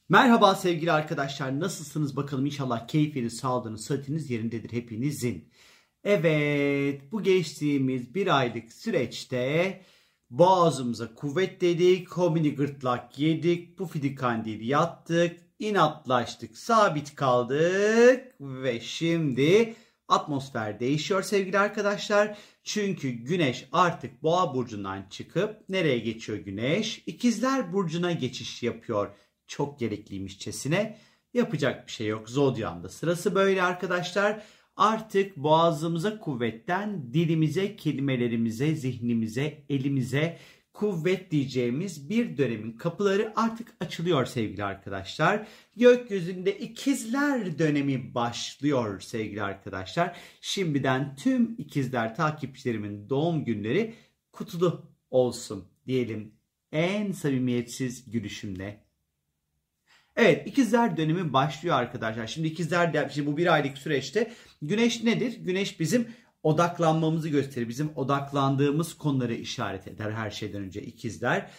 Merhaba sevgili arkadaşlar, nasılsınız bakalım? İnşallah keyfiniz, sağlığınız, sıhhatiniz yerindedir hepinizin. Evet, bu geçtiğimiz bir aylık süreçte boğazımıza kuvvet dedik, homini gırtlak yedik, pufidi kandil yattık, inatlaştık, sabit kaldık ve şimdi atmosfer değişiyor sevgili arkadaşlar. Çünkü Güneş artık Boğa burcundan çıkıp nereye geçiyor Güneş? İkizler burcuna geçiş yapıyor. Çok gerekliymişçesine. Yapacak bir şey yok. Zodya'mda sırası böyle arkadaşlar. Artık boğazımıza kuvvetten dilimize, kelimelerimize, zihnimize, elimize kuvvet diyeceğimiz bir dönemin kapıları artık açılıyor sevgili arkadaşlar. Gökyüzünde ikizler dönemi başlıyor sevgili arkadaşlar. Şimdiden tüm ikizler takipçilerimin doğum günleri kutlu olsun diyelim en samimiyetsiz gülüşümle. Evet, ikizler dönemi başlıyor arkadaşlar. Şimdi bu bir aylık süreçte Güneş nedir? Güneş bizim odaklanmamızı gösterir. Bizim odaklandığımız konuları işaret eder her şeyden önce ikizler.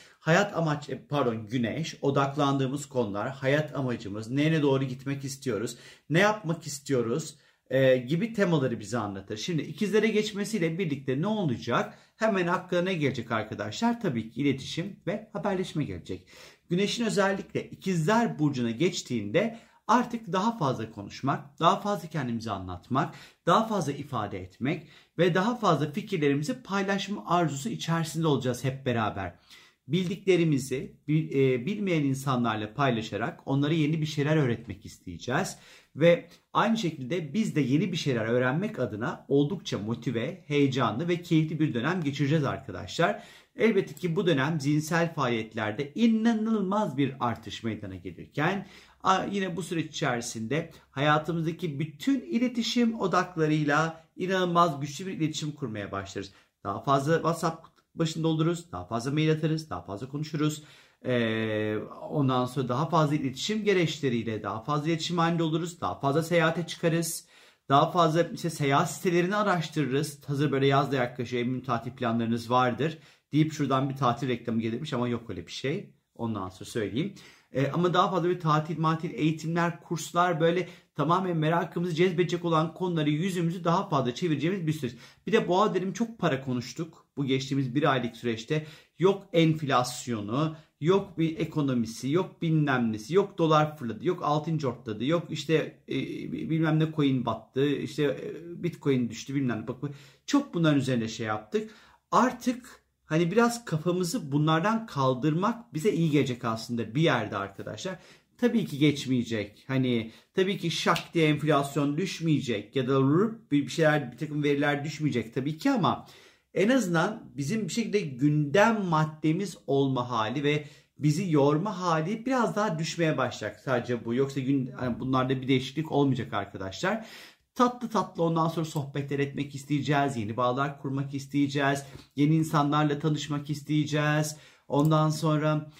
Güneş odaklandığımız konular, hayat amacımız, nereye doğru gitmek istiyoruz, ne yapmak istiyoruz gibi temaları bize anlatır. Şimdi ikizlere geçmesiyle birlikte ne olacak? Hemen aklına ne gelecek arkadaşlar? Tabii ki iletişim ve haberleşme gelecek. Güneşin özellikle ikizler burcuna geçtiğinde artık daha fazla konuşmak, daha fazla kendimizi anlatmak, daha fazla ifade etmek ve daha fazla fikirlerimizi paylaşma arzusu içerisinde olacağız hep beraber. Bildiklerimizi bilmeyen insanlarla paylaşarak onlara yeni bir şeyler öğretmek isteyeceğiz. Ve aynı şekilde biz de yeni bir şeyler öğrenmek adına oldukça motive, heyecanlı ve keyifli bir dönem geçireceğiz arkadaşlar. Elbette ki bu dönem zihinsel faaliyetlerde inanılmaz bir artış meydana gelirken yine bu süreç içerisinde hayatımızdaki bütün iletişim odaklarıyla inanılmaz güçlü bir iletişim kurmaya başlarız. Daha fazla WhatsApp başında oluruz, daha fazla mail atarız, daha fazla konuşuruz. Ondan sonra daha fazla iletişim gereçleriyle daha fazla iletişim halinde oluruz, daha fazla seyahate çıkarız. Daha fazla seyahat sitelerini araştırırız. Hazır böyle yaz da yaklaşıyor, eminim tatil planlarınız vardır deyip şuradan bir tatil reklamı gelirmiş ama yok öyle bir şey. Ondan sonra söyleyeyim. Ama daha fazla bir tatil, eğitimler, kurslar böyle tamamen merakımızı cezbedecek olan konuları yüzümüzü daha fazla çevireceğimiz bir süreç. Bir de boğa dedim çok para konuştuk bu geçtiğimiz bir aylık süreçte. Yok enflasyonu, yok bir ekonomisi, yok bilmem nesi, yok dolar fırladı, yok altın cortladı, yok işte bilmem ne coin battı, işte bitcoin düştü bilmem ne. Bak, çok bunların üzerine şey yaptık. Artık hani biraz kafamızı bunlardan kaldırmak bize iyi gelecek aslında bir yerde arkadaşlar. Tabii ki geçmeyecek. Hani tabii ki şak diye enflasyon düşmeyecek ya da bir takım veriler düşmeyecek tabii ki ama en azından bizim bir şekilde gündem maddemiz olma hali ve bizi yorma hali biraz daha düşmeye başlayacak. Sadece bu. Yoksa bunlarda bir değişiklik olmayacak arkadaşlar. Tatlı tatlı ondan sonra sohbetler etmek isteyeceğiz. Yeni bağlar kurmak isteyeceğiz. Yeni insanlarla tanışmak isteyeceğiz. Ondan sonra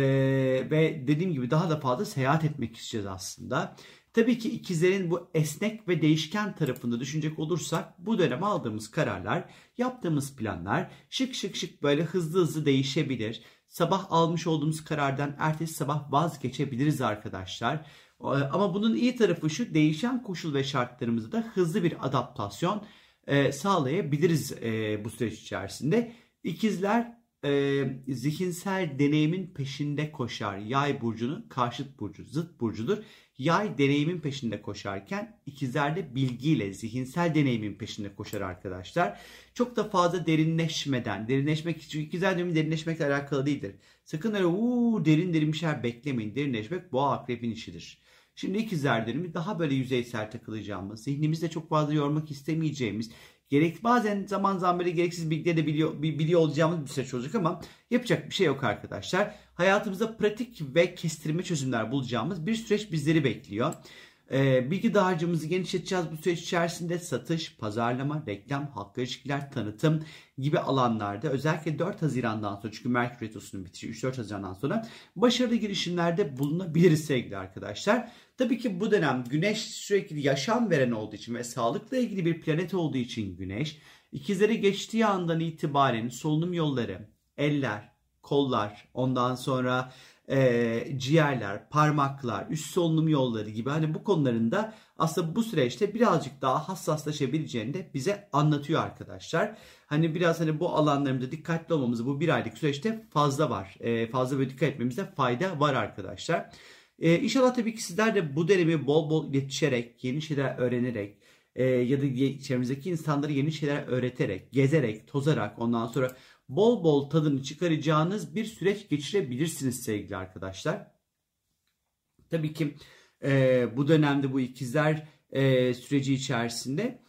ve dediğim gibi daha da fazla seyahat etmek isteyeceğiz aslında. Tabii ki ikizlerin bu esnek ve değişken tarafında düşünecek olursak bu dönem aldığımız kararlar, yaptığımız planlar şık böyle hızlı değişebilir. Sabah almış olduğumuz karardan ertesi sabah vazgeçebiliriz arkadaşlar. Ama bunun iyi tarafı şu, değişen koşul ve şartlarımızda da hızlı bir adaptasyon sağlayabiliriz bu süreç içerisinde. İkizler zihinsel deneyimin peşinde koşar. Yay burcunun karşıt burcu, zıt burcudur. Yay deneyimin peşinde koşarken ikizler de bilgiyle, zihinsel deneyimin peşinde koşar arkadaşlar. Çok da fazla derinleşmek için ikizler dönemi derinleşmekle alakalı değildir. Sakın öyle derin bir şeyler beklemeyin. Derinleşmek boğa akrebin işidir. Şimdi ikizler dönemi daha böyle yüzeysel takılacağımız, zihnimizde çok fazla yormak istemeyeceğimiz, bazen zaman böyle gereksiz bilgileri de biliyor olacağımız bir süreç olacak ama yapacak bir şey yok arkadaşlar. Hayatımızda pratik ve kestirme çözümler bulacağımız bir süreç bizleri bekliyor. Bilgi dağarcığımızı genişleteceğiz bu süreç içerisinde. Satış, pazarlama, reklam, halkla ilişkiler, tanıtım gibi alanlarda özellikle 4 Haziran'dan sonra, çünkü Merkür Retrosu'nun bitişi 3-4 Haziran'dan sonra başarılı girişimlerde bulunabiliriz sevgili arkadaşlar. Tabii ki bu dönem Güneş sürekli yaşam veren olduğu için ve sağlıkla ilgili bir planet olduğu için Güneş, ikizlere geçtiği andan itibaren solunum yolları, eller, kollar, ondan sonra ciğerler, parmaklar, üst solunum yolları gibi hani bu konularında aslında bu süreçte birazcık daha hassaslaşabileceğini de bize anlatıyor arkadaşlar. Hani biraz hani bu alanlarımızda dikkatli olmamızı bu bir aylık süreçte fazla var. Fazla böyle dikkat etmemizde fayda var arkadaşlar. İnşallah tabii ki sizler de bu dönemi bol bol iletişerek, yeni şeyler öğrenerek ya da çevremizdeki insanlara yeni şeyler öğreterek, gezerek, tozarak ondan sonra bol bol tadını çıkaracağınız bir süreç geçirebilirsiniz sevgili arkadaşlar. Tabii ki bu dönemde bu ikizler süreci içerisinde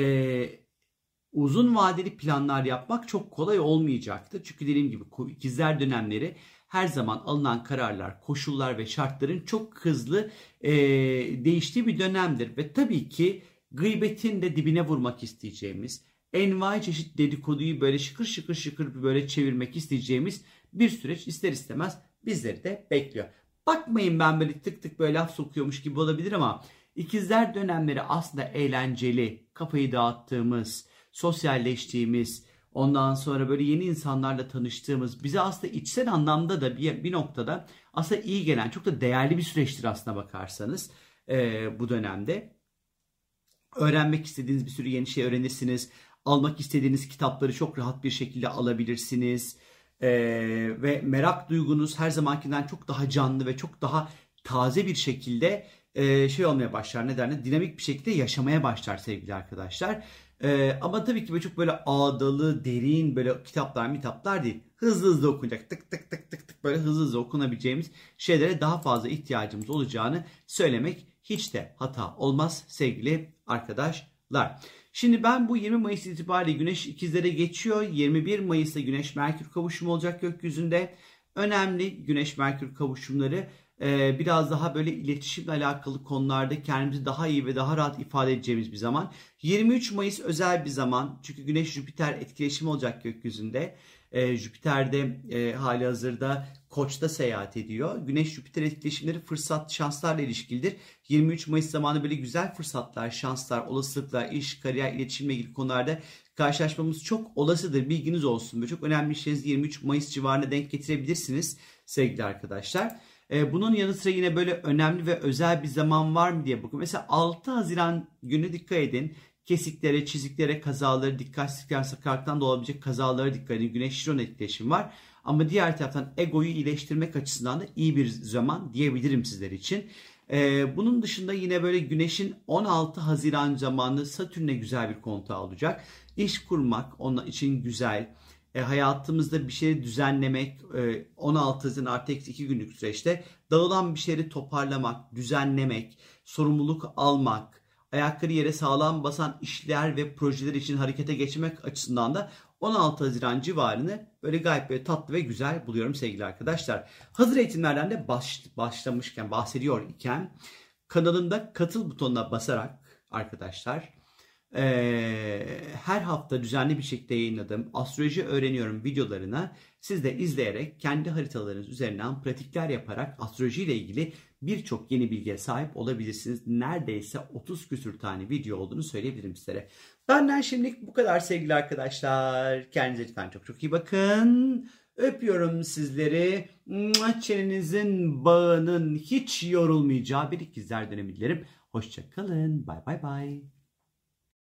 uzun vadeli planlar yapmak çok kolay olmayacaktır. Çünkü dediğim gibi ikizler dönemleri her zaman alınan kararlar, koşullar ve şartların çok hızlı değiştiği bir dönemdir. Ve tabii ki gıybetin de dibine vurmak isteyeceğimiz, envai çeşit dedikoduyu böyle şıkır şıkır şıkır böyle çevirmek isteyeceğimiz bir süreç ister istemez bizleri de bekliyor. Bakmayın ben böyle tık tık böyle laf sokuyormuş gibi olabilir ama ikizler dönemleri aslında eğlenceli, kafayı dağıttığımız, sosyalleştiğimiz, ondan sonra böyle yeni insanlarla tanıştığımız, bize aslında içsel anlamda da bir noktada aslında iyi gelen, çok da değerli bir süreçtir aslına bakarsanız bu dönemde. Öğrenmek istediğiniz bir sürü yeni şey öğrenirsiniz. Almak istediğiniz kitapları çok rahat bir şekilde alabilirsiniz. Ve merak duygunuz her zamankinden çok daha canlı ve çok daha taze bir şekilde şey olmaya başlar. Nedenle dinamik bir şekilde yaşamaya başlar sevgili arkadaşlar. Ama tabii ki böyle çok böyle ağdalı, derin böyle kitaplar değil. Hızlı hızlı okunacak. Tık tık tık tık tık böyle hızlı hızlı okunabileceğimiz şeylere daha fazla ihtiyacımız olacağını söylemek hiç de hata olmaz sevgili arkadaşlar. Şimdi ben bu 20 Mayıs itibariyle Güneş ikizlere geçiyor. 21 Mayıs'ta Güneş Merkür kavuşumu olacak gökyüzünde. Önemli Güneş Merkür kavuşumları biraz daha böyle iletişimle alakalı konularda kendimizi daha iyi ve daha rahat ifade edeceğimiz bir zaman. 23 Mayıs özel bir zaman. Çünkü Güneş Jüpiter etkileşimi olacak gökyüzünde. Jüpiter'de hali hazırda Koç'ta seyahat ediyor. Güneş-Jüpiter etkileşimleri fırsat, şanslarla ilişkilidir. 23 Mayıs zamanı böyle güzel fırsatlar, şanslar, olasılıklar, iş, kariyer, iletişimle ilgili konularda karşılaşmamız çok olasıdır. Bilginiz olsun. Böyle çok önemli işlerinizi 23 Mayıs civarına denk getirebilirsiniz sevgili arkadaşlar. Bunun yanı sıra yine böyle önemli ve özel bir zaman var mı diye bakın. Mesela 6 Haziran günü dikkat edin. Kesiklere, çiziklere, kazaları, dikkatsizlikler, sakarlıktan da olabilecek kazalara dikkat edin. Güneş-Şiron etkileşim var. Ama diğer taraftan egoyu iyileştirmek açısından da iyi bir zaman diyebilirim sizler için. Bunun dışında yine böyle Güneş'in 16 Haziran zamanı Satürn'e güzel bir kontağı olacak. İş kurmak onun için güzel. Hayatımızda bir şeyi düzenlemek, 16 Haziran artı 2 günlük süreçte dağılan bir şeyleri toparlamak, düzenlemek, sorumluluk almak, ayakları yere sağlam basan işler ve projeler için harekete geçmek açısından da 16 Haziran civarını böyle gayet böyle tatlı ve güzel buluyorum sevgili arkadaşlar. Hazır eğitimlerden de başlamışken, bahsediyor iken kanalımda katıl butonuna basarak arkadaşlar her hafta düzenli bir şekilde yayınladığım astroloji öğreniyorum videolarına siz de izleyerek kendi haritalarınız üzerinden pratikler yaparak astroloji ile ilgili birçok yeni bilgiye sahip olabilirsiniz. Neredeyse 30 küsür tane video olduğunu söyleyebilirim sizlere. Benden şimdilik bu kadar sevgili arkadaşlar. Kendinize lütfen çok çok iyi bakın. Öpüyorum sizleri. Çenenizin bağının hiç yorulmayacağı bir ikizler dönemi dilerim. Hoşça kalın. Bay bay bay.